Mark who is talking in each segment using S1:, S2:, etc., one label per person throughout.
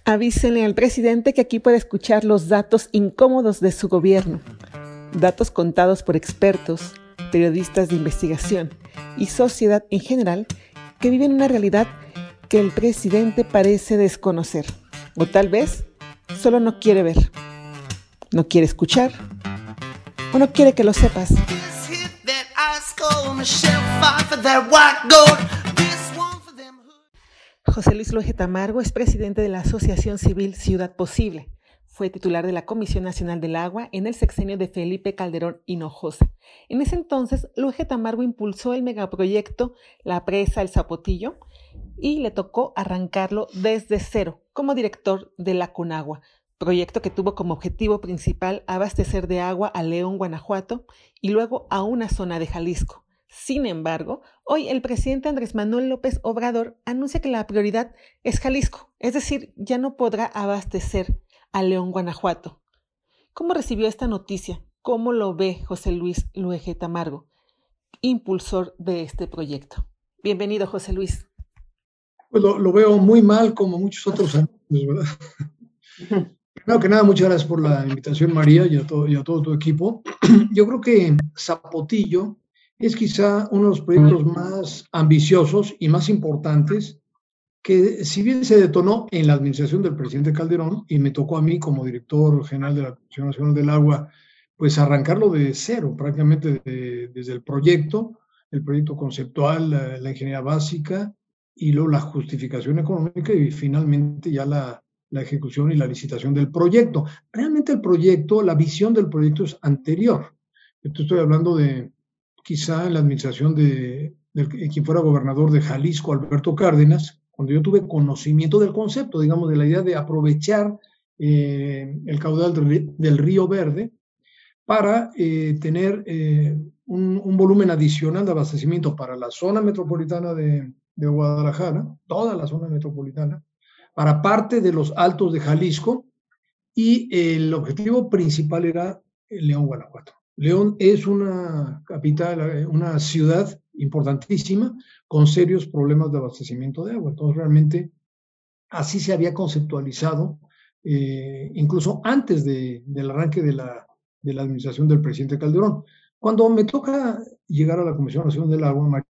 S1: Avísenle al presidente que aquí puede escuchar los datos incómodos de su gobierno. Datos contados por expertos, periodistas de investigación y sociedad en general que viven una realidad que el presidente parece desconocer. O tal vez solo no quiere ver, no quiere escuchar o no quiere que lo sepas. José Luis Luege Tamargo es presidente de la Asociación Civil Ciudad Posible. Fue titular de la Comisión Nacional del Agua en el sexenio de Felipe Calderón Hinojosa. En ese entonces, Luege Tamargo impulsó el megaproyecto La Presa El Zapotillo y le tocó arrancarlo desde cero como director de la Conagua, proyecto que tuvo como objetivo principal abastecer de agua a León, Guanajuato y luego a una zona de Jalisco. Sin embargo, hoy el presidente Andrés Manuel López Obrador anuncia que la prioridad es Jalisco, es decir, ya no podrá abastecer a León, Guanajuato. ¿Cómo recibió esta noticia? ¿Cómo lo ve José Luis Luege Tamargo, impulsor de este proyecto? Bienvenido, José Luis.
S2: Pues lo veo muy mal, como muchos otros años, ¿verdad? Primero que nada, muchas gracias por la invitación, María, y a todo tu equipo. Yo creo que Zapotillo es quizá uno de los proyectos más ambiciosos y más importantes que, si bien se detonó en la administración del presidente Calderón, y me tocó a mí como director general de la Comisión Nacional del Agua, pues arrancarlo de cero, prácticamente desde el proyecto conceptual, la ingeniería básica, y luego la justificación económica y finalmente ya la ejecución y la licitación del proyecto. Realmente el proyecto, la visión del proyecto es anterior. Estoy hablando de quizá en la administración de quien fuera gobernador de Jalisco, Alberto Cárdenas, cuando yo tuve conocimiento del concepto, digamos, de la idea de aprovechar el caudal del Río Verde para tener un volumen adicional de abastecimiento para la zona metropolitana de Guadalajara, toda la zona metropolitana, para parte de los altos de Jalisco, y el objetivo principal era León, Guanajuato. León es una capital, una ciudad importantísima con serios problemas de abastecimiento de agua. Entonces, realmente, así se había conceptualizado, incluso antes del arranque de la administración del presidente Calderón. Cuando me toca llegar a la Comisión Nacional del Agua,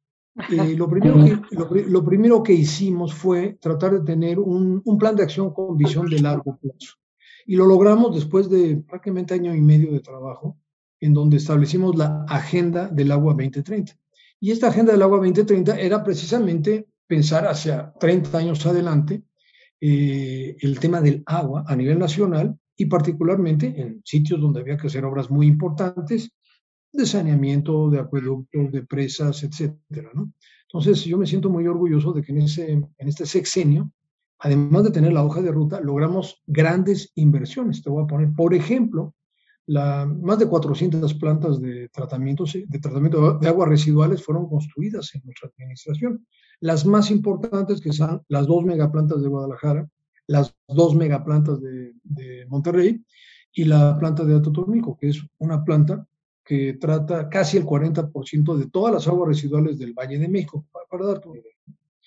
S2: lo primero que hicimos fue tratar de tener un plan de acción con visión de largo plazo. Y lo logramos después de prácticamente año y medio de trabajo, en donde establecimos la Agenda del Agua 2030. Y esta Agenda del Agua 2030 era precisamente pensar hacia 30 años adelante el tema del agua a nivel nacional, y particularmente en sitios donde había que hacer obras muy importantes de saneamiento, de acueductos, de presas, etcétera, ¿no? Entonces, yo me siento muy orgulloso de que en este sexenio, además de tener la hoja de ruta, logramos grandes inversiones. Te voy a poner, por ejemplo, más de 400 plantas de tratamiento de aguas residuales fueron construidas en nuestra administración. Las más importantes, que son las 2 megaplantas de Guadalajara, las 2 megaplantas de Monterrey y la planta de Atotonilco, que es una planta que trata casi el 40% de todas las aguas residuales del Valle de México, para darte una idea.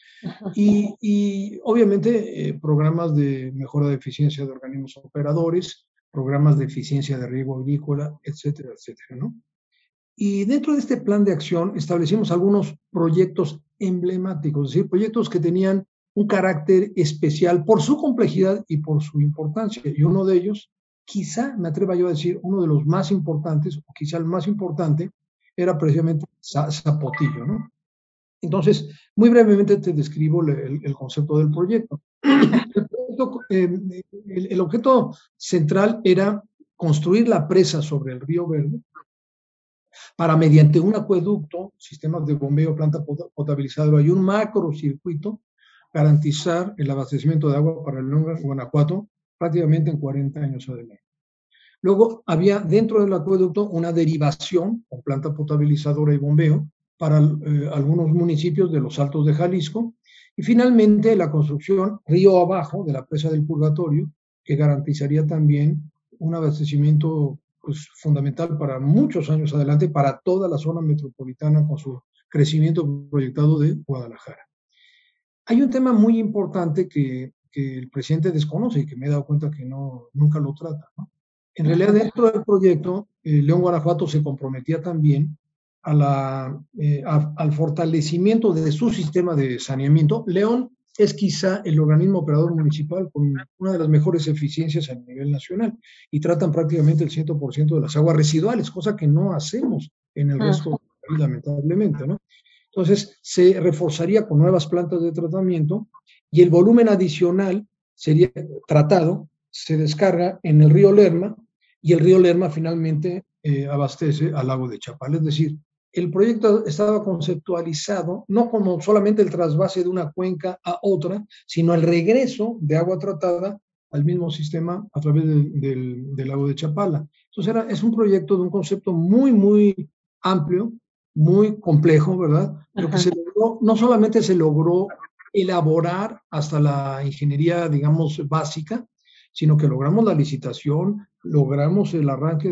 S2: Y obviamente programas de mejora de eficiencia de organismos operadores, programas de eficiencia de riego agrícola, etcétera, etcétera, ¿no? Y dentro de este plan de acción establecimos algunos proyectos emblemáticos, es decir, proyectos que tenían un carácter especial por su complejidad y por su importancia. Y uno de ellos, quizá me atreva yo a decir, uno de los más importantes, o quizá el más importante, era precisamente Zapotillo, ¿no? Entonces, muy brevemente te describo el concepto del proyecto. El objeto central era construir la presa sobre el Río Verde para, mediante un acueducto, sistemas de bombeo, planta potabilizadora y un macrocircuito, garantizar el abastecimiento de agua para el León, Guanajuato, prácticamente en 40 años adelante. Luego había dentro del acueducto una derivación con planta potabilizadora y bombeo para algunos municipios de los Altos de Jalisco, y finalmente la construcción río abajo de la presa del Purgatorio, que garantizaría también un abastecimiento pues, fundamental para muchos años adelante para toda la zona metropolitana con su crecimiento proyectado de Guadalajara. Hay un tema muy importante que que el presidente desconoce y que me he dado cuenta que nunca lo trata, ¿no? En realidad, dentro del proyecto, León, Guanajuato se comprometía también al fortalecimiento de su sistema de saneamiento. León es quizá el organismo operador municipal con una de las mejores eficiencias a nivel nacional y tratan prácticamente el 100% de las aguas residuales, cosa que no hacemos en el resto del país, lamentablemente, ¿no? Entonces, se reforzaría con nuevas plantas de tratamiento y el volumen adicional sería tratado, se descarga en el río Lerma y el río Lerma finalmente abastece al lago de Chapala. Es decir, el proyecto estaba conceptualizado no como solamente el trasvase de una cuenca a otra, sino el regreso de agua tratada al mismo sistema a través del lago de Chapala. Entonces es un proyecto de un concepto muy, muy amplio, muy complejo, ¿verdad? Pero que se logró, no solamente se logró elaborar hasta la ingeniería, digamos, básica, sino que logramos la licitación, logramos el arranque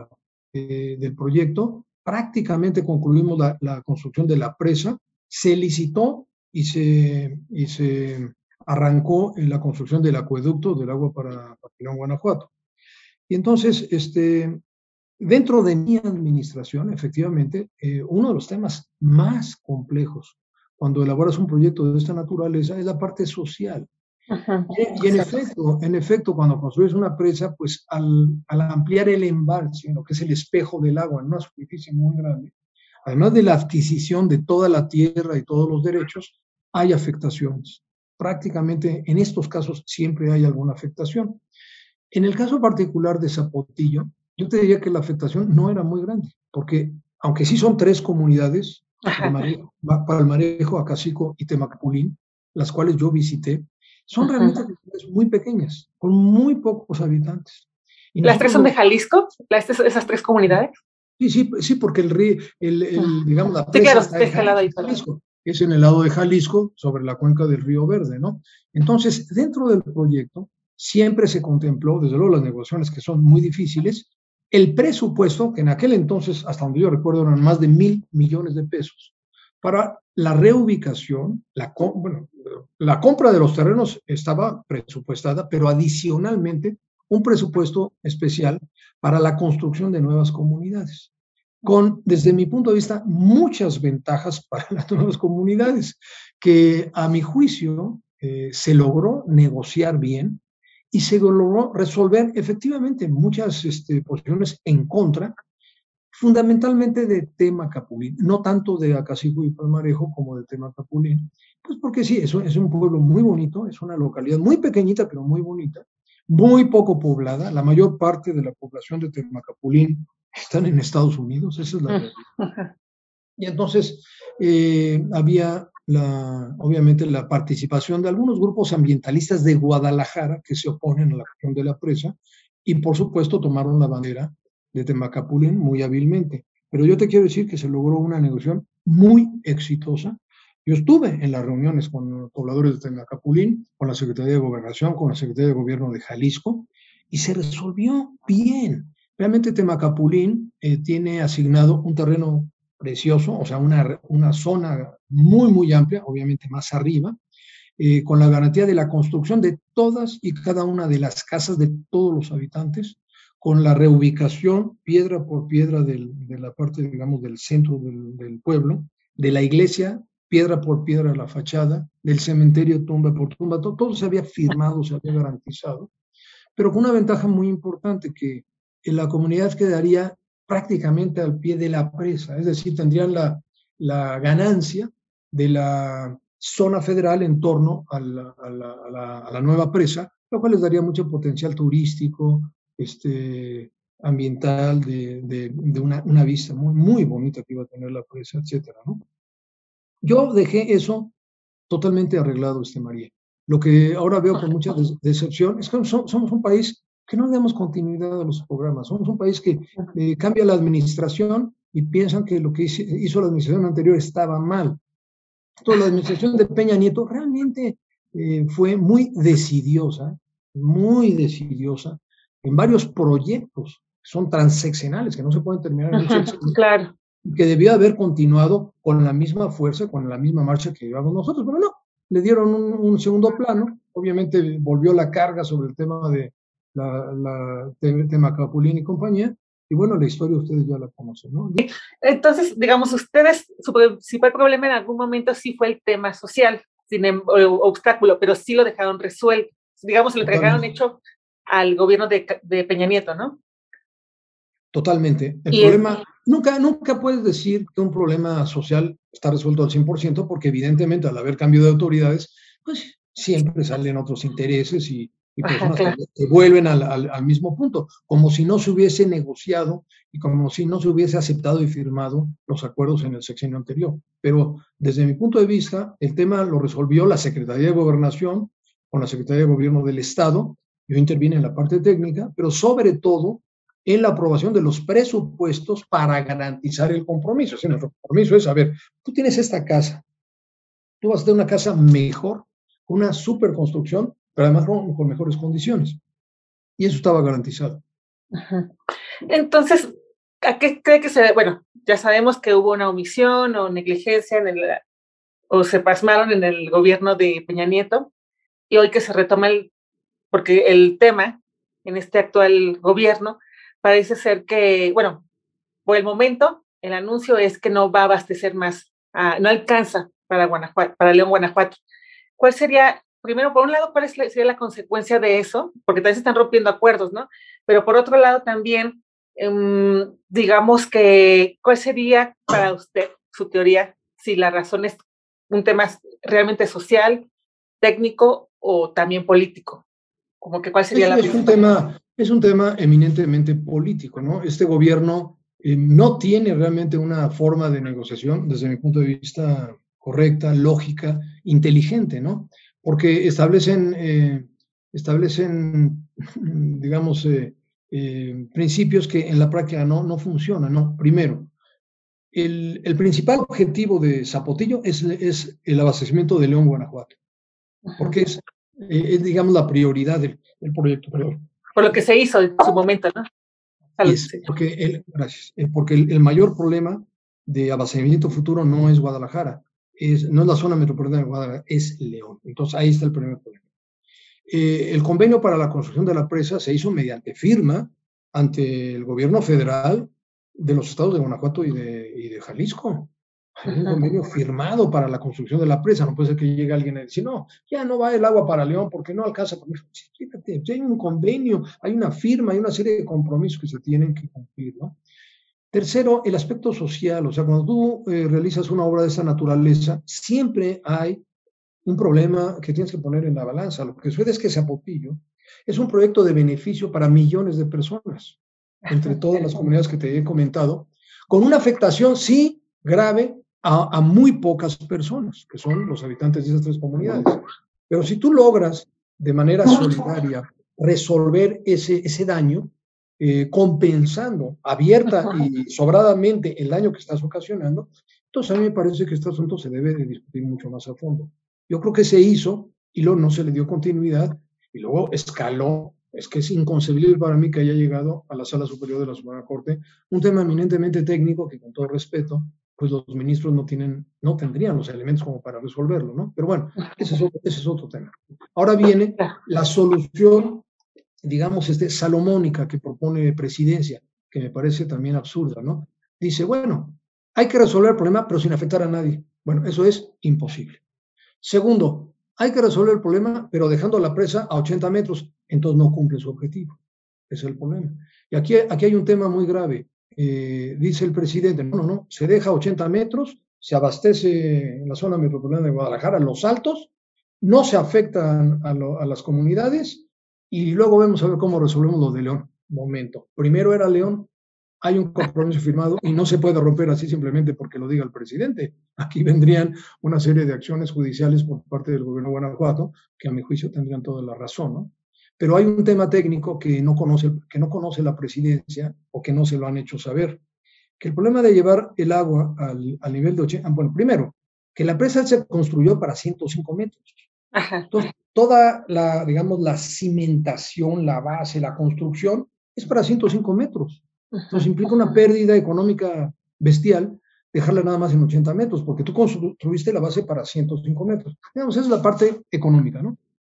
S2: del proyecto, prácticamente concluimos la construcción de la presa, se licitó y se arrancó en la construcción del acueducto del agua para León, Guanajuato. Y entonces, dentro de mi administración, efectivamente, uno de los temas más complejos cuando elaboras un proyecto de esta naturaleza es la parte social. Y en efecto, cuando construyes una presa, pues al ampliar el embalse, lo que es el espejo del agua en una superficie muy grande, además de la adquisición de toda la tierra y todos los derechos, hay afectaciones. Prácticamente en estos casos siempre hay alguna afectación. En el caso particular de Zapotillo, yo te diría que la afectación no era muy grande, porque aunque sí son 3 comunidades, Palmarejo, Acacico y Temacapulín, las cuales yo visité, son realmente muy pequeñas, con muy pocos habitantes.
S1: Y ¿las 3 son de Jalisco? ¿Esas 3 comunidades?
S2: Sí, porque el río, digamos, la presa está en Jalisco, es en el lado de Jalisco, sobre la cuenca del Río Verde, ¿no? Entonces, dentro del proyecto, siempre se contempló, desde luego las negociaciones que son muy difíciles, el presupuesto, que en aquel entonces, hasta donde yo recuerdo, eran más de 1,000 millones de pesos, para la reubicación, la compra de los terrenos estaba presupuestada, pero adicionalmente un presupuesto especial para la construcción de nuevas comunidades, con, desde mi punto de vista, muchas ventajas para las nuevas comunidades, que a mi juicio se logró negociar bien y se logró resolver efectivamente muchas posiciones en contra, fundamentalmente de Temacapulín, no tanto de Acacico y Palmarejo como de Temacapulín, pues porque sí, eso es un pueblo muy bonito, es una localidad muy pequeñita pero muy bonita, muy poco poblada, la mayor parte de la población de Temacapulín están en Estados Unidos, esa es la realidad. Y entonces había obviamente la participación de algunos grupos ambientalistas de Guadalajara que se oponen a la cuestión de la presa y por supuesto tomaron la bandera de Temacapulín muy hábilmente. Pero yo te quiero decir que se logró una negociación muy exitosa. Yo estuve en las reuniones con los pobladores de Temacapulín, con la Secretaría de Gobernación, con la Secretaría de Gobierno de Jalisco, y se resolvió bien. Realmente Temacapulín tiene asignado un terreno precioso, o sea, una zona muy, muy amplia, obviamente más arriba, con la garantía de la construcción de todas y cada una de las casas de todos los habitantes, con la reubicación piedra por piedra de la parte, digamos, del centro del pueblo, de la iglesia, piedra por piedra de la fachada, del cementerio tumba por tumba, todo se había firmado, se había garantizado, pero con una ventaja muy importante, que la comunidad quedaría prácticamente al pie de la presa, es decir, tendrían la ganancia de la zona federal en torno a la nueva presa, lo cual les daría mucho potencial turístico, ambiental, de una vista muy, muy bonita que iba a tener la presa, etcétera, ¿no? Yo dejé eso totalmente arreglado, María. Lo que ahora veo con mucha decepción es que somos un país que no le damos continuidad a los programas. Somos un país que cambia la administración y piensan que lo que hizo la administración anterior estaba mal. Entonces, la administración de Peña Nieto realmente fue muy decidiosa en varios proyectos que son transeccionales, que no se pueden terminar en un sexenio. Claro. Que debió haber continuado con la misma fuerza, con la misma marcha que llevamos nosotros, pero no, le dieron un segundo plano obviamente volvió la carga sobre el tema de tema Capulín y compañía, y bueno, la historia ustedes ya la conocen, ¿no?
S1: Entonces, digamos, ustedes, su principal problema en algún momento sí fue el tema social, sin obstáculo, pero sí lo dejaron resuelto. Digamos, lo dejaron hecho al gobierno de Peña Nieto, ¿no?
S2: Totalmente. El problema, nunca puedes decir que un problema social está resuelto al 100%, porque evidentemente al haber cambio de autoridades, pues siempre salen otros intereses y personas que vuelven al mismo punto, como si no se hubiese negociado y como si no se hubiese aceptado y firmado los acuerdos en el sexenio anterior. Pero desde mi punto de vista, el tema lo resolvió la Secretaría de Gobernación con la Secretaría de Gobierno del Estado. Yo intervine en la parte técnica, pero sobre todo en la aprobación de los presupuestos para garantizar el compromiso. O sea, nuestro compromiso es, a ver, tú tienes esta casa, tú vas a tener una casa mejor, una superconstrucción, pero además con mejores condiciones. Y eso estaba garantizado.
S1: Entonces, ¿a qué cree que se debe? Bueno, ya sabemos que hubo una omisión o negligencia o se pasmaron en el gobierno de Peña Nieto, y hoy que se retoma porque el tema en este actual gobierno parece ser que, bueno, por el momento, el anuncio es que no va a abastecer más, no alcanza para Guanajuato, para León, Guanajuato. ¿Cuál sería, primero, por un lado, cuál sería la consecuencia de eso? Porque también se están rompiendo acuerdos, ¿no? Pero por otro lado también, digamos que, ¿cuál sería para usted su teoría si la razón es un tema realmente social, técnico o también político? Como que cuál sería
S2: es un tema eminentemente político, ¿no? Este gobierno no tiene realmente una forma de negociación, desde mi punto de vista, correcta, lógica, inteligente, ¿no? Porque establecen digamos, principios que en la práctica no funcionan, ¿no? Primero, el principal objetivo de Zapotillo es el abastecimiento de León, Guanajuato, porque es, digamos, la prioridad del proyecto. Perdón.
S1: Por lo que se hizo en su momento, ¿no?
S2: Gracias. Porque el mayor problema de abastecimiento futuro no es Guadalajara, no es la zona metropolitana de Guadalajara, es León. Entonces ahí está el primer problema. El convenio para la construcción de la presa se hizo mediante firma ante el gobierno federal de los estados de Guanajuato y de Jalisco. Hay un convenio firmado para la construcción de la presa. No puede ser que llegue alguien y diga, no, ya no va el agua para León porque no alcanza. Fíjate, ya hay un convenio, hay una firma, hay una serie de compromisos que se tienen que cumplir, ¿no? Tercero, el aspecto social. O sea, cuando tú realizas una obra de esa naturaleza, siempre hay un problema que tienes que poner en la balanza. Lo que sucede es que Zapotillo es un proyecto de beneficio para millones de personas, entre todas las comunidades que te he comentado, con una afectación, sí, grave, a muy pocas personas, que son los habitantes de esas tres comunidades. Pero si tú logras de manera solidaria resolver ese daño, compensando abierta y sobradamente el daño que estás ocasionando, entonces a mí me parece que este asunto se debe de discutir mucho más a fondo. Yo creo que se hizo y luego no se le dio continuidad y luego escaló. Es que es inconcebible para mí que haya llegado a la Sala Superior de la Suprema Corte un tema eminentemente técnico que, con todo respeto, pues los ministros no tendrían los elementos como para resolverlo, ¿no? Pero bueno, ese es otro tema. Ahora viene la solución, digamos, salomónica que propone Presidencia, que me parece también absurda, ¿no? Dice, bueno, hay que resolver el problema, pero sin afectar a nadie. Bueno, eso es imposible. Segundo, hay que resolver el problema, pero dejando la presa a 80 metros, entonces no cumple su objetivo. Ese es el problema. Y aquí hay un tema muy grave. Dice el presidente, no, se deja a 80 metros, se abastece en la zona metropolitana de Guadalajara, los altos, no se afectan a las comunidades y luego vemos a ver cómo resolvemos lo de León. Momento. Primero era León, hay un compromiso firmado y no se puede romper así simplemente porque lo diga el presidente. Aquí vendrían una serie de acciones judiciales por parte del gobierno de Guanajuato, que a mi juicio tendrían toda la razón, ¿no? Pero hay un tema técnico que no conoce la presidencia o que no se lo han hecho saber, que el problema de llevar el agua al nivel de 80, bueno, primero, que la presa se construyó para 105 metros. Entonces, toda digamos, la cimentación, la base, la construcción, es para 105 metros. Entonces implica una pérdida económica bestial dejarla nada más en 80 metros, porque tú construiste la base para 105 metros. Digamos, esa es la parte económica, ¿no?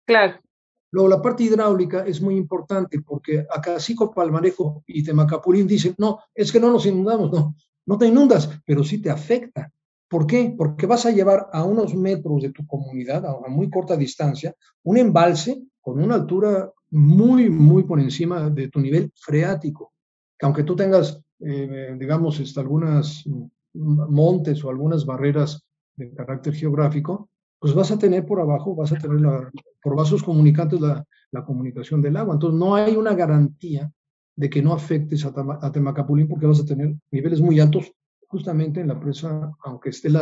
S1: Claro.
S2: Luego, la parte hidráulica es muy importante porque Acacico, Palmarejo y Temacapulín dicen, no, es que no nos inundamos, no, no te inundas, pero sí te afecta. ¿Por qué? Porque vas a llevar a unos metros de tu comunidad, a muy corta distancia, un embalse con una altura muy, muy por encima de tu nivel freático. Que aunque tú tengas, digamos, algunas montes o algunas barreras de carácter geográfico, pues vas a tener por abajo, vas a tener por vasos comunicantes la comunicación del agua. Entonces, no hay una garantía de que no afectes a Temacapulín porque vas a tener niveles muy altos justamente en la presa, aunque esté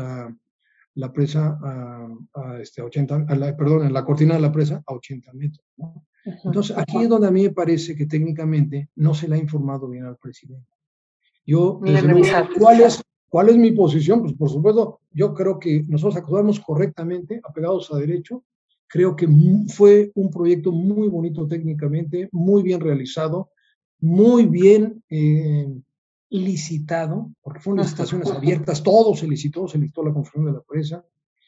S2: la presa a 80, perdón, en la cortina de la presa a 80 metros, ¿no? Entonces, aquí es donde a mí me parece que técnicamente no se le ha informado bien al presidente. Yo, desde luego, ¿cuál es mi posición? Pues, por supuesto, yo creo que nosotros actuamos correctamente, apegados a derecho. Creo que fue un proyecto muy bonito técnicamente, muy bien realizado, muy bien licitado, porque fueron licitaciones abiertas, todo se licitó la construcción de la presa.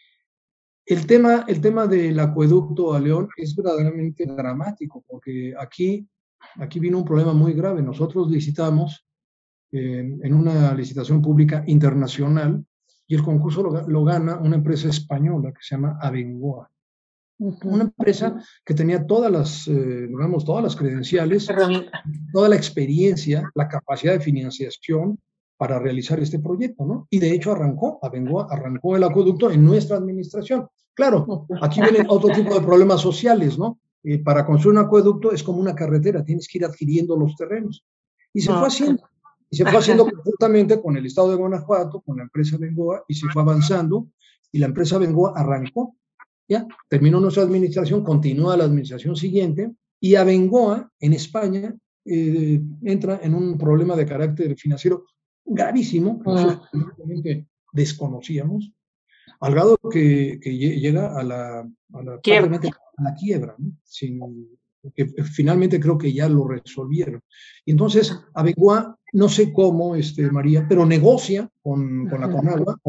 S2: El tema del acueducto a León es verdaderamente dramático, porque aquí vino un problema muy grave. Nosotros licitamos en una licitación pública internacional y el concurso lo gana una empresa española que se llama Abengoa. Una empresa que tenía todas las credenciales, toda la experiencia, la capacidad de financiación para realizar este proyecto, ¿no? Y de hecho Abengoa arrancó el acueducto en nuestra administración. Claro, aquí vienen otro tipo de problemas sociales, ¿no? Para construir un acueducto es como una carretera, tienes que ir adquiriendo los terrenos. Y se fue haciendo. Y se fue haciendo conjuntamente con el Estado de Guanajuato, con la empresa Bengoa, y se fue avanzando, y la empresa Bengoa arrancó. Ya, terminó nuestra administración, continúa la administración siguiente, y Abengoa, en España, entra en un problema de carácter financiero gravísimo, que nosotros desconocíamos, al grado que llega prácticamente a la quiebra, ¿no? Que finalmente creo que ya lo resolvieron. Y entonces Abengoa, no sé cómo, María, pero negocia con la Conagua,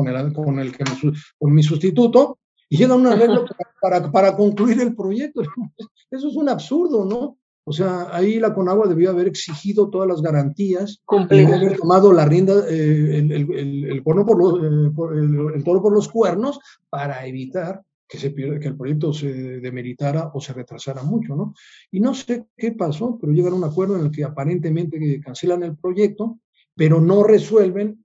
S2: con mi sustituto, y llega a un arreglo para concluir el proyecto. Eso es un absurdo, ¿no? O sea, ahí la Conagua debió haber exigido todas las garantías, debió haber tomado la rienda, el toro por los cuernos para evitar que el proyecto se demeritara o se retrasara mucho, ¿no? Y no sé qué pasó, pero llegan a un acuerdo en el que aparentemente cancelan el proyecto, pero no resuelven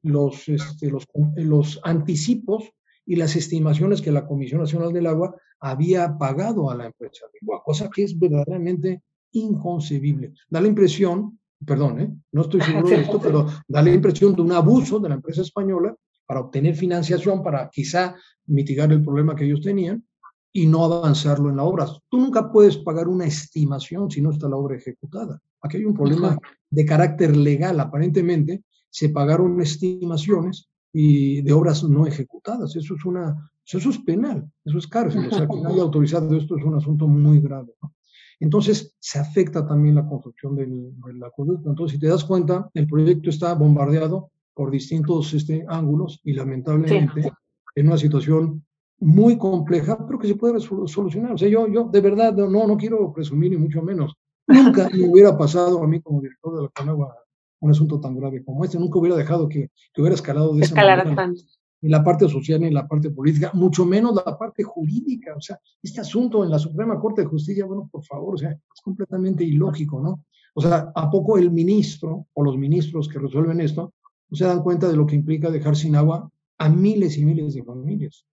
S2: los anticipos y las estimaciones que la Comisión Nacional del Agua había pagado a la empresa de agua, cosa que es verdaderamente inconcebible. Da la impresión, perdón, no estoy seguro de esto, pero da la impresión de un abuso de la empresa española para obtener financiación, para quizá mitigar el problema que ellos tenían y no avanzarlo en la obra. Tú nunca puedes pagar una estimación si no está la obra ejecutada. Aquí hay un problema de carácter legal. Aparentemente se pagaron estimaciones y de obras no ejecutadas. Eso es penal, eso es cárcel. O sea, que no haya autorizado esto es un asunto muy grave, ¿no? Entonces, se afecta también la construcción del acueducto. Entonces, si te das cuenta, el proyecto está bombardeado por distintos ángulos y lamentablemente en una situación muy compleja, pero que se puede solucionar. O sea, yo de verdad no quiero presumir ni mucho menos. Nunca me hubiera pasado a mí como director de la Conagua un asunto tan grave como este. Nunca hubiera dejado que hubiera escalado de esa manera. Ni la parte social ni la parte política, mucho menos la parte jurídica. O sea, este asunto en la Suprema Corte de Justicia, bueno, por favor, o sea, es completamente ilógico, ¿no? O sea, ¿a poco el ministro o los ministros que resuelven esto no se dan cuenta de lo que implica dejar sin agua a miles y miles de familias?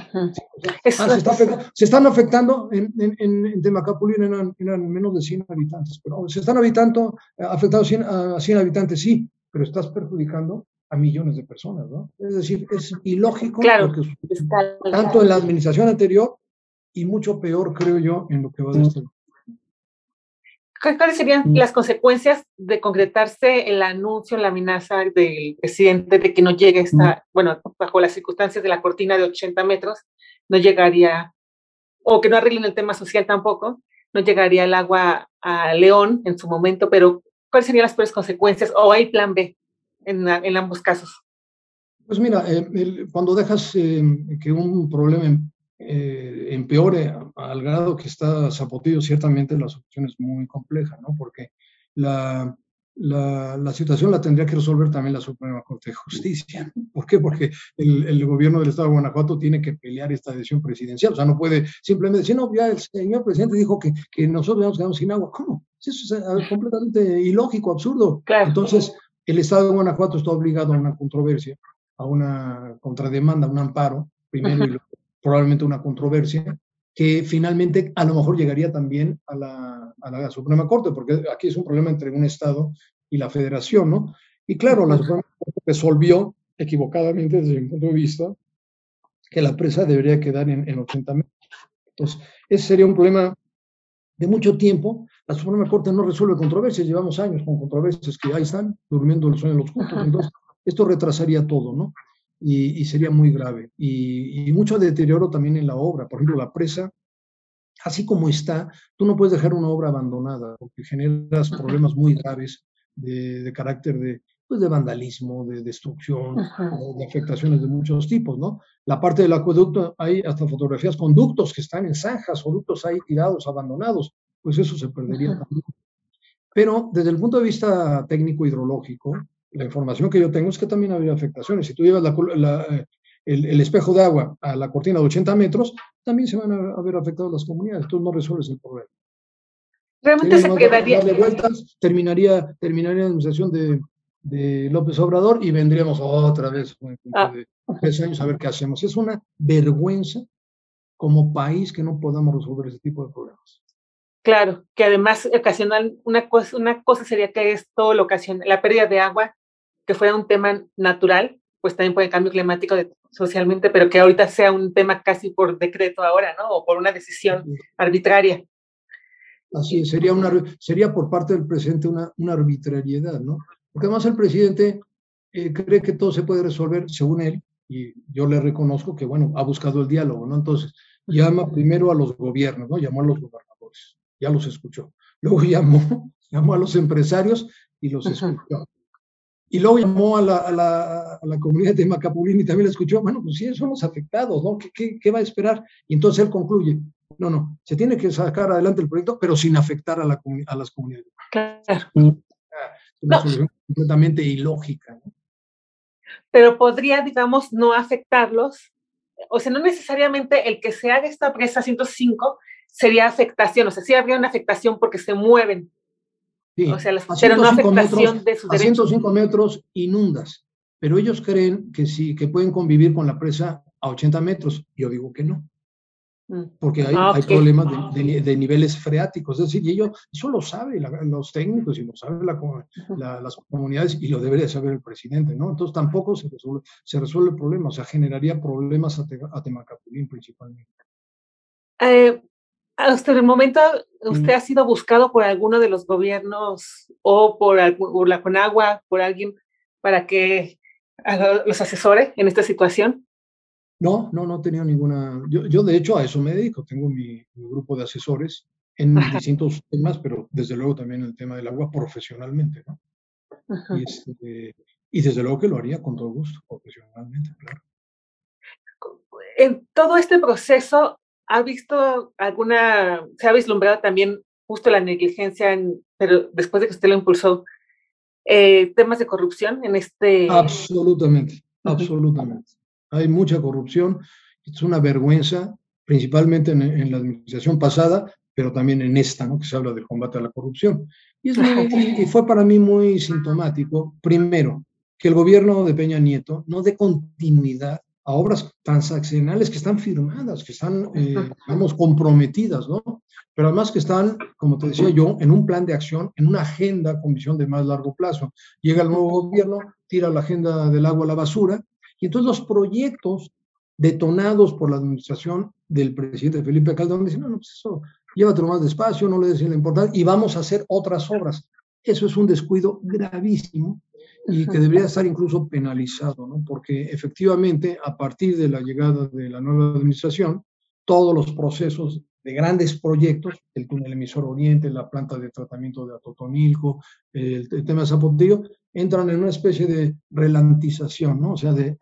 S2: Se están afectando en Temacapulín, eran menos de 100 habitantes, pero se están afectando a 100 habitantes, sí, pero estás perjudicando a millones de personas, ¿no? Es decir, es ilógico lo que sucede, tanto en la administración anterior y mucho peor, creo yo, en lo que va de este.
S1: ¿Cuáles serían las consecuencias de concretarse el anuncio, la amenaza del presidente de que no llegue bueno, bajo las circunstancias de la cortina de 80 metros, no llegaría, o que no arreglen el tema social tampoco, no llegaría el agua a León en su momento, pero ¿cuáles serían las peores consecuencias? ¿O hay plan B en ambos casos?
S2: Pues mira, cuando dejas que un problema empeore al grado que está Zapotillo, ciertamente la solución es muy compleja, ¿no? Porque la, la situación la tendría que resolver también la Suprema Corte de Justicia. ¿Por qué? Porque el gobierno del Estado de Guanajuato tiene que pelear esta decisión presidencial. O sea, no puede simplemente decir, no, ya el señor presidente dijo que nosotros nos quedamos sin agua. ¿Cómo? Eso es completamente ilógico, absurdo.
S1: Claro.
S2: Entonces, el Estado de Guanajuato está obligado a una controversia, a una contrademanda, a un amparo, primero, y probablemente una controversia, que finalmente a lo mejor llegaría también a la Suprema Corte, porque aquí es un problema entre un Estado y la Federación, ¿no? Y claro, la Suprema Corte resolvió equivocadamente desde mi punto de vista que la presa debería quedar en 80 metros. Entonces, ese sería un problema de mucho tiempo. La Suprema Corte no resuelve controversias, llevamos años con controversias que ahí están, durmiendo el sueño de los justos, entonces esto retrasaría todo, ¿no? Y sería muy grave. Y mucho deterioro también en la obra. Por ejemplo, la presa, así como está, tú no puedes dejar una obra abandonada, porque generas problemas muy graves de carácter pues de vandalismo, de destrucción, de afectaciones de muchos tipos, ¿no? La parte del acueducto, hay hasta fotografías con ductos que están en zanjas o ductos ahí tirados, abandonados, pues eso se perdería también. Pero desde el punto de vista técnico hidrológico, la información que yo tengo es que también habría afectaciones. Si tú llevas el espejo de agua a la cortina de 80 metros, también se van a ver afectadas las comunidades. Tú no resuelves el problema.
S1: Realmente se quedaría.
S2: Darle vueltas, terminaría la administración de López Obrador y vendríamos otra vez de 3 años a ver qué hacemos. Es una vergüenza como país que no podamos resolver ese tipo de problemas.
S1: Claro, que además ocasionan una cosa sería que esto lo ocasiona, la pérdida de agua, que fuera un tema natural, pues también por el cambio climático socialmente, pero que ahorita sea un tema casi por decreto ahora, ¿no? O por una decisión arbitraria.
S2: Así es, sería por parte del presidente una arbitrariedad, ¿no? Porque además el presidente cree que todo se puede resolver según él, y yo le reconozco que, bueno, ha buscado el diálogo, ¿no? Entonces, llama primero a los gobiernos, ¿no? Llamó a los gobernadores, ya los escuchó. Luego llamó a los empresarios y los escuchó. Y luego llamó a la comunidad de Macapulín y también la escuchó. Bueno, pues sí, son los afectados, ¿no? ¿Qué va a esperar? Y entonces él concluye, no, se tiene que sacar adelante el proyecto, pero sin afectar a las comunidades.
S1: Claro.
S2: Es una solución completamente ilógica, ¿no?
S1: Pero podría, digamos, no afectarlos. O sea, no necesariamente el que se haga esta presa 105 sería afectación, o sea, sí habría una afectación porque se mueven.
S2: Sí,
S1: o sea, pero no afectación
S2: metros,
S1: de sus
S2: a
S1: derechos.
S2: 105 metros inundas, pero ellos creen que sí, que pueden convivir con la presa a 80 metros. Yo digo que no, porque hay problemas de niveles freáticos, es decir, y eso lo saben los técnicos y lo saben las comunidades y lo debería saber el presidente, ¿no? Entonces tampoco se resuelve el problema, o sea, generaría problemas a Temacapulín principalmente.
S1: Hasta el momento, ¿usted ha sido buscado por alguno de los gobiernos o por la Conagua, por alguien para que los asesore en esta situación?
S2: No he tenido ninguna. Yo de hecho a eso me dedico, tengo mi grupo de asesores en distintos temas, pero desde luego también el tema del agua profesionalmente, ¿no? Y desde luego que lo haría con todo gusto, profesionalmente, claro.
S1: En todo este proceso, ¿ha visto se ha vislumbrado también justo la negligencia, pero después de que usted lo impulsó, temas de corrupción en este?
S2: Absolutamente, absolutamente. Hay mucha corrupción, es una vergüenza, principalmente en la administración pasada, pero también en esta, ¿no? Que se habla del combate a la corrupción. Y fue para mí muy sintomático, primero, que el gobierno de Peña Nieto no dé continuidad a obras transaccionales que están firmadas, que están, digamos, comprometidas, ¿no? Pero además que están, como te decía yo, en un plan de acción, en una agenda con visión de más largo plazo. Llega el nuevo gobierno, tira la agenda del agua a la basura, y entonces los proyectos detonados por la administración del presidente Felipe Calderón dicen, no, pues eso, llévatelo más despacio, no le des la importancia, y vamos a hacer otras obras. Eso es un descuido gravísimo y que debería estar incluso penalizado, ¿no? Porque efectivamente, a partir de la llegada de la nueva administración, todos los procesos de grandes proyectos, el túnel emisor Oriente, la planta de tratamiento de Atotonilco, el tema de Zapotillo, entran en una especie de relantización, ¿no? O sea, de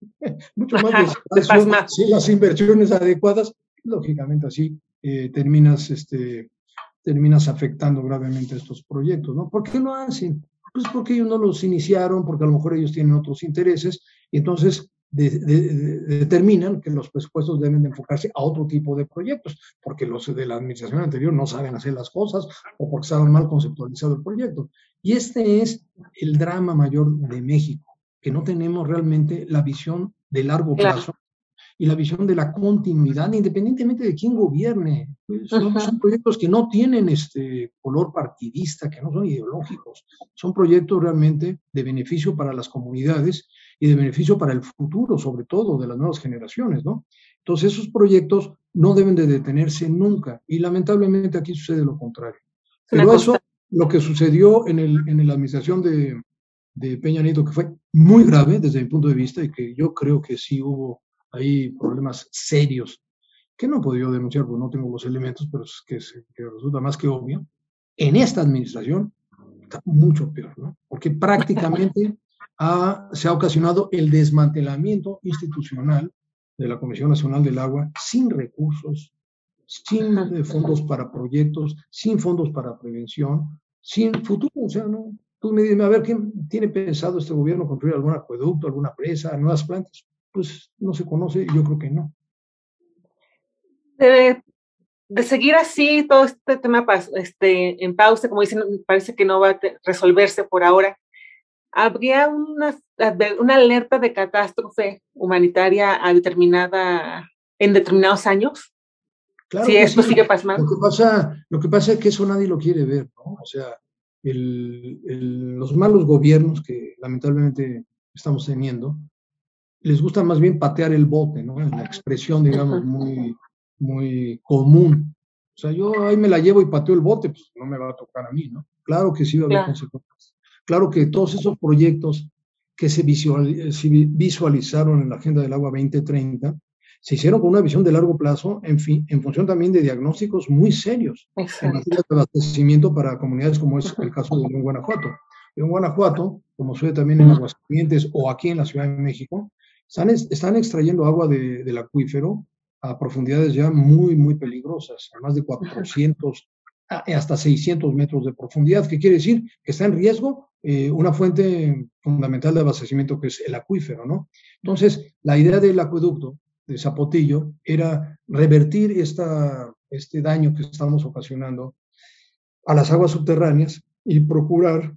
S2: mucho más
S1: Ajá, te
S2: despacio,
S1: pasma.
S2: sin las inversiones adecuadas, lógicamente así terminas, terminas afectando gravemente estos proyectos, ¿no? ¿Por qué no hacen? Pues porque ellos no los iniciaron, porque a lo mejor ellos tienen otros intereses, y entonces determinan que los presupuestos deben de enfocarse a otro tipo de proyectos, porque los de la administración anterior no saben hacer las cosas o porque estaban mal conceptualizado el proyecto. Y este es el drama mayor de México, que no tenemos realmente la visión de largo
S1: Claro.
S2: plazo y la visión de la continuidad, independientemente de quién gobierne. Pues son proyectos que no tienen color partidista, que no son ideológicos, son proyectos realmente de beneficio para las comunidades y de beneficio para el futuro, sobre todo, de las nuevas generaciones, ¿no? Entonces, esos proyectos no deben de detenerse nunca, y lamentablemente aquí sucede lo contrario.
S1: Es una
S2: Pero eso,
S1: constante.
S2: lo que sucedió en la administración de Peña Nieto, que fue muy grave desde mi punto de vista y que yo creo que sí hubo ahí problemas serios que no he podido denunciar porque no tengo los elementos, pero es que resulta más que obvio. En esta administración está mucho peor, ¿no? Porque prácticamente se ha ocasionado el desmantelamiento institucional de la Comisión Nacional del Agua sin recursos, sin fondos para proyectos, sin fondos para prevención, sin futuro. O sea, no. Tú me dices, a ver, ¿quién tiene pensado este gobierno construir algún acueducto, alguna presa, nuevas plantas? Pues no se conoce, yo creo que no.
S1: De, de seguir así, todo este tema en pausa, como dicen, parece que no va a resolverse por ahora. ¿Habría una alerta de catástrofe humanitaria en determinados años?
S2: Claro
S1: Si
S2: que
S1: esto
S2: sí.
S1: sigue pasando.
S2: Lo que pasa es que eso nadie lo quiere ver, ¿no? O sea, los malos gobiernos que lamentablemente estamos teniendo, les gusta más bien patear el bote, ¿no? En la expresión, digamos, muy común. O sea, yo ahí me la llevo y pateo el bote, pues no me va a tocar a mí, ¿no? Claro que sí va a haber
S1: Claro.
S2: consecuencias. Claro que todos esos proyectos que se visualizaron en la Agenda del Agua 2030 se hicieron con una visión de largo plazo, en función también de diagnósticos muy serios en
S1: Exacto.
S2: materia de abastecimiento para comunidades como es el caso de León, Guanajuato. León, Guanajuato, como sucede también en Aguascalientes o aquí en la Ciudad de México, están extrayendo agua del acuífero a profundidades ya muy peligrosas, a más de 400, hasta 600 metros de profundidad, que quiere decir que está en riesgo una fuente fundamental de abastecimiento que es el acuífero, ¿no? Entonces, la idea del acueducto de Zapotillo era revertir este daño que estamos ocasionando a las aguas subterráneas y procurar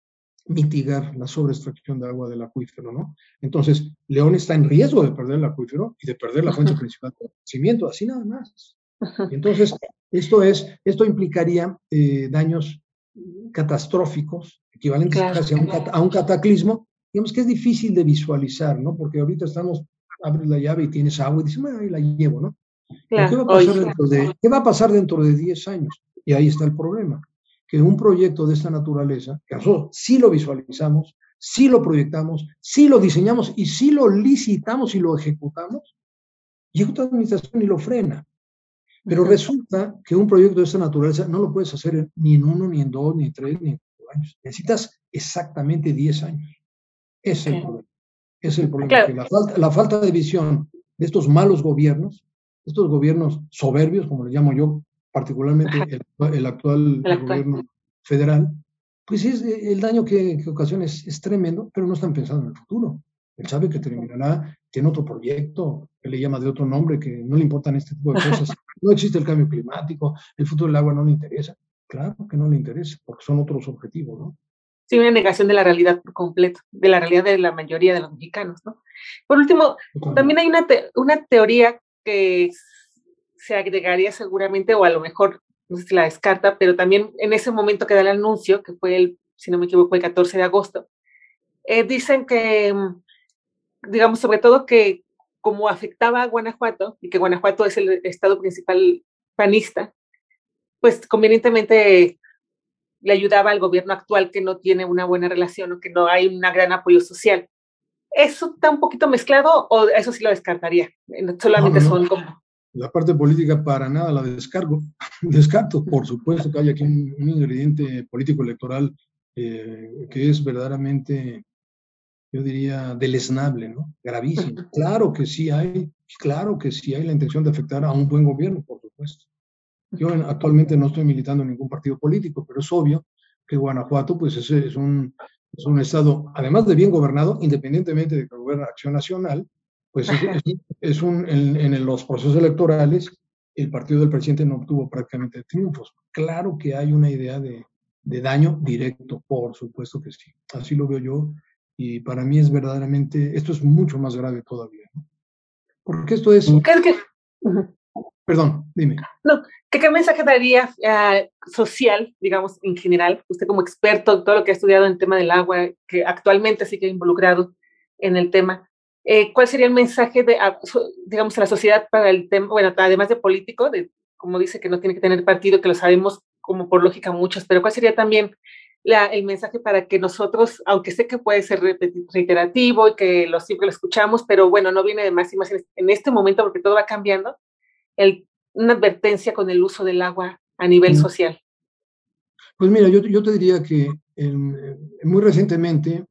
S2: mitigar la sobreextracción de agua del acuífero, ¿no? Entonces, León está en riesgo de perder el acuífero y de perder la fuente principal de abastecimiento, así nada más. Y entonces, esto implicaría daños catastróficos, equivalentes
S1: Claro.
S2: casi a un cataclismo, digamos que es difícil de visualizar, ¿no? Porque ahorita abres la llave y tienes agua y dices, bueno, ahí la llevo, ¿no? Pero
S1: Claro. Hoy.
S2: ¿qué va a pasar dentro de 10 años? Y ahí está el problema, que un proyecto de esta naturaleza, que nosotros sí lo visualizamos, sí lo proyectamos, sí lo diseñamos y sí lo licitamos y lo ejecutamos, y otra administración y lo frena. Pero resulta que un proyecto de esta naturaleza no lo puedes hacer ni en 1, ni en 2, ni en 3, ni en 4 años. Necesitas exactamente 10 años. Ese es el problema. Es el problema, que
S1: Claro.
S2: la falta de visión de estos malos gobiernos, estos gobiernos soberbios, como les llamo yo, particularmente el actual
S1: El actual.
S2: gobierno federal, pues el daño que ocasiona es tremendo, pero no están pensando en el futuro. Él sabe que terminará, tiene otro proyecto, que le llama de otro nombre, que no le importan este tipo de cosas. No existe el cambio climático, el futuro del agua no le interesa. Claro que no le interesa, porque son otros objetivos, ¿no?
S1: Sí, una negación de la realidad por completo, de la realidad de la mayoría de los mexicanos, ¿no? Por último, también hay una teoría que se agregaría seguramente, o a lo mejor, no sé si la descarta, pero también en ese momento que da el anuncio, que fue si no me equivoco, el 14 de agosto, dicen que, digamos, sobre todo que como afectaba a Guanajuato, y que Guanajuato es el estado principal panista, pues convenientemente le ayudaba al gobierno actual que no tiene una buena relación o que no hay un gran apoyo social. ¿Eso está un poquito mezclado o eso sí lo descartaría? Solamente
S2: No.
S1: son como...
S2: La parte política para nada la descargo. Descarto, por supuesto que hay aquí un ingrediente político electoral que es verdaderamente yo diría, deleznable, ¿no? Gravísimo. Claro que sí hay la intención de afectar a un buen gobierno, por supuesto. Yo actualmente no estoy militando en ningún partido político, pero es obvio que Guanajuato pues es un estado, además de bien gobernado, independientemente de que gobierne Acción Nacional, pues en los procesos electorales el partido del presidente no obtuvo prácticamente triunfos. Claro que hay una idea de daño directo, por supuesto que sí. Así lo veo yo y para mí es verdaderamente, esto es mucho más grave todavía, ¿no? Porque esto es,
S3: ¿Crees que,
S2: perdón, dime.
S3: no, ¿qué mensaje daría social, digamos, en general? Usted como experto en todo lo que ha estudiado en el tema del agua, que actualmente sigue involucrado en el tema, ¿cuál sería el mensaje digamos, a la sociedad para el tema, bueno, además de político, como dice que no tiene que tener partido, que lo sabemos como por lógica muchos, pero cuál sería también el mensaje para que nosotros, aunque sé que puede ser reiterativo y que siempre lo escuchamos, pero bueno, no viene de más y más en este momento porque todo va cambiando, una advertencia con el uso del agua a nivel social?
S2: Pues mira, yo te diría que muy recientemente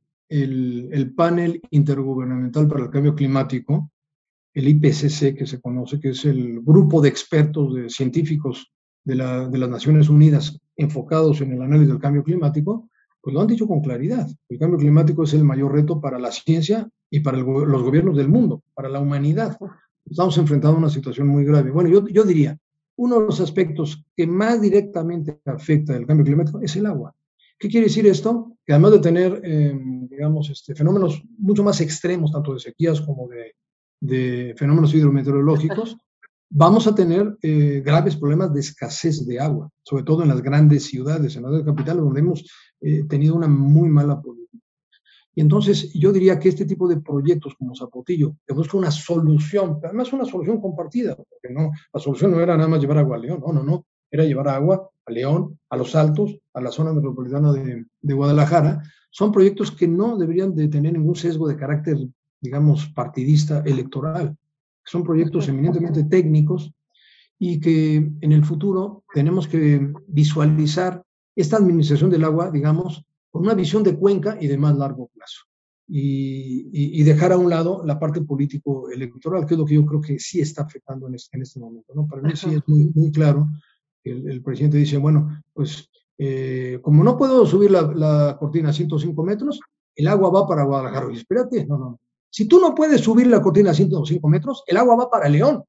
S2: el panel intergubernamental para el cambio climático, el IPCC, que se conoce, que es el grupo de expertos, de científicos de las Naciones Unidas enfocados en el análisis del cambio climático, pues lo han dicho con claridad. El cambio climático es el mayor reto para la ciencia y para los gobiernos del mundo, para la humanidad. Estamos enfrentando una situación muy grave. Bueno, yo diría, uno de los aspectos que más directamente afecta el cambio climático es el agua. ¿Qué quiere decir esto? Que además de tener, digamos, fenómenos mucho más extremos, tanto de sequías como de fenómenos hidrometeorológicos, vamos a tener graves problemas de escasez de agua, sobre todo en las grandes ciudades, en las grandes capitales, donde hemos tenido una muy mala política. Y entonces yo diría que este tipo de proyectos como Zapotillo, que busca una solución, pero además una solución compartida, porque no, la solución no era nada más llevar agua a León, no, era llevar agua a León, a Los Altos, a la zona metropolitana de Guadalajara. Son proyectos que no deberían de tener ningún sesgo de carácter, digamos, partidista electoral. Son proyectos eminentemente técnicos y que en el futuro tenemos que visualizar esta administración del agua, digamos, con una visión de cuenca y de más largo plazo. Y dejar a un lado la parte político-electoral, que es lo que yo creo que sí está afectando en este momento, ¿no? Para mí sí es muy claro que el presidente dice, bueno, pues como no puedo subir la cortina a 105 metros, el agua va para Guadalajara. Y espérate, no. Si tú no puedes subir la cortina a 105 metros, el agua va para León.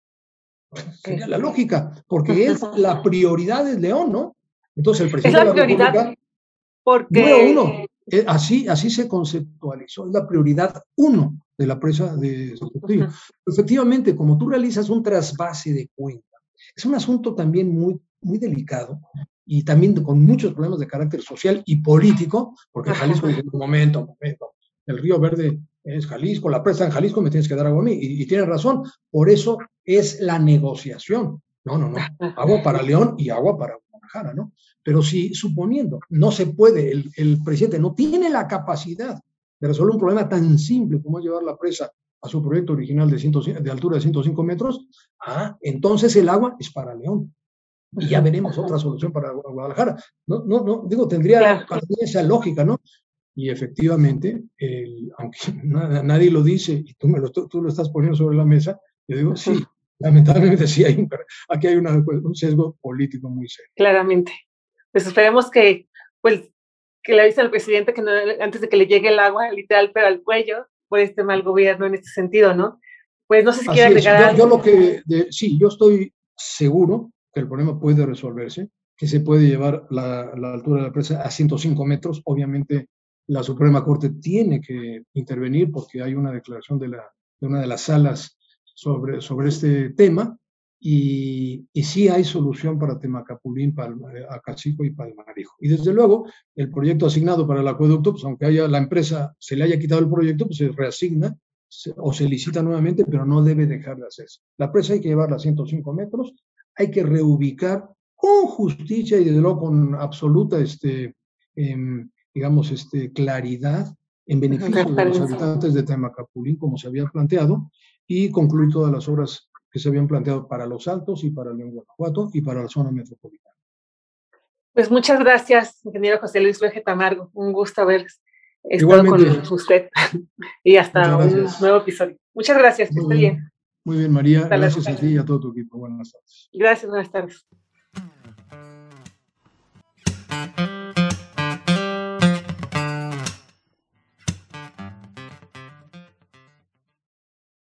S2: Sería la lógica, porque es la prioridad de León, ¿no? Entonces el presidente
S3: Es la
S2: de la
S3: prioridad
S2: República, número
S3: porque...
S2: uno, así se conceptualizó, es la prioridad uno de la presa de Sototillo. Efectivamente, como tú realizas un trasvase de cuenca, es un asunto también muy delicado y también con muchos problemas de carácter social y político, porque Jalisco dice, momento, el Río Verde es Jalisco, la presa en Jalisco me tienes que dar agua a mí, y tienes razón, por eso es la negociación. No, agua para León y agua para Guadalajara, ¿no? Pero si suponiendo no se puede, el presidente no tiene la capacidad de resolver un problema tan simple como es llevar la presa a su proyecto original de altura de 105 metros, entonces el agua es para León. Y ya veremos otra solución para Guadalajara. No, digo, tendría esa lógica, ¿no? Y efectivamente, aunque nadie lo dice y tú lo estás poniendo sobre la mesa, yo digo, sí, lamentablemente sí, aquí hay un sesgo político muy serio.
S3: Claramente. Pues esperemos pues, que le avise al presidente que no, antes de que le llegue el agua, literal, pero al cuello, por este mal gobierno en este sentido, ¿no? Pues no sé si quiere agregar algo.
S2: Sí, yo estoy seguro que el problema puede resolverse, que se puede llevar la altura de la presa a 105 metros. Obviamente la Suprema Corte tiene que intervenir porque hay una declaración de una de las salas sobre este tema y sí hay solución para Temacapulín, Acacico y Palmarejo. Y desde luego el proyecto asignado para el acueducto, pues aunque la empresa se le haya quitado el proyecto, pues se reasigna o se licita nuevamente, pero no debe dejar de hacerse. La presa hay que llevarla a 105 metros, hay que reubicar con justicia y desde luego con absoluta, digamos, claridad en beneficio de los habitantes de Temacapulín, como se había planteado, y concluir todas las obras que se habían planteado para Los Altos y para León, Guanajuato y para la zona metropolitana.
S3: Pues muchas gracias, ingeniero José Luis Vege Tamargo. Un gusto haber he estado con usted y hasta un nuevo episodio. Muchas gracias, que esté bien.
S2: Muy bien, María. Gracias a ti y a todo tu equipo. Buenas tardes.
S3: Gracias, buenas tardes.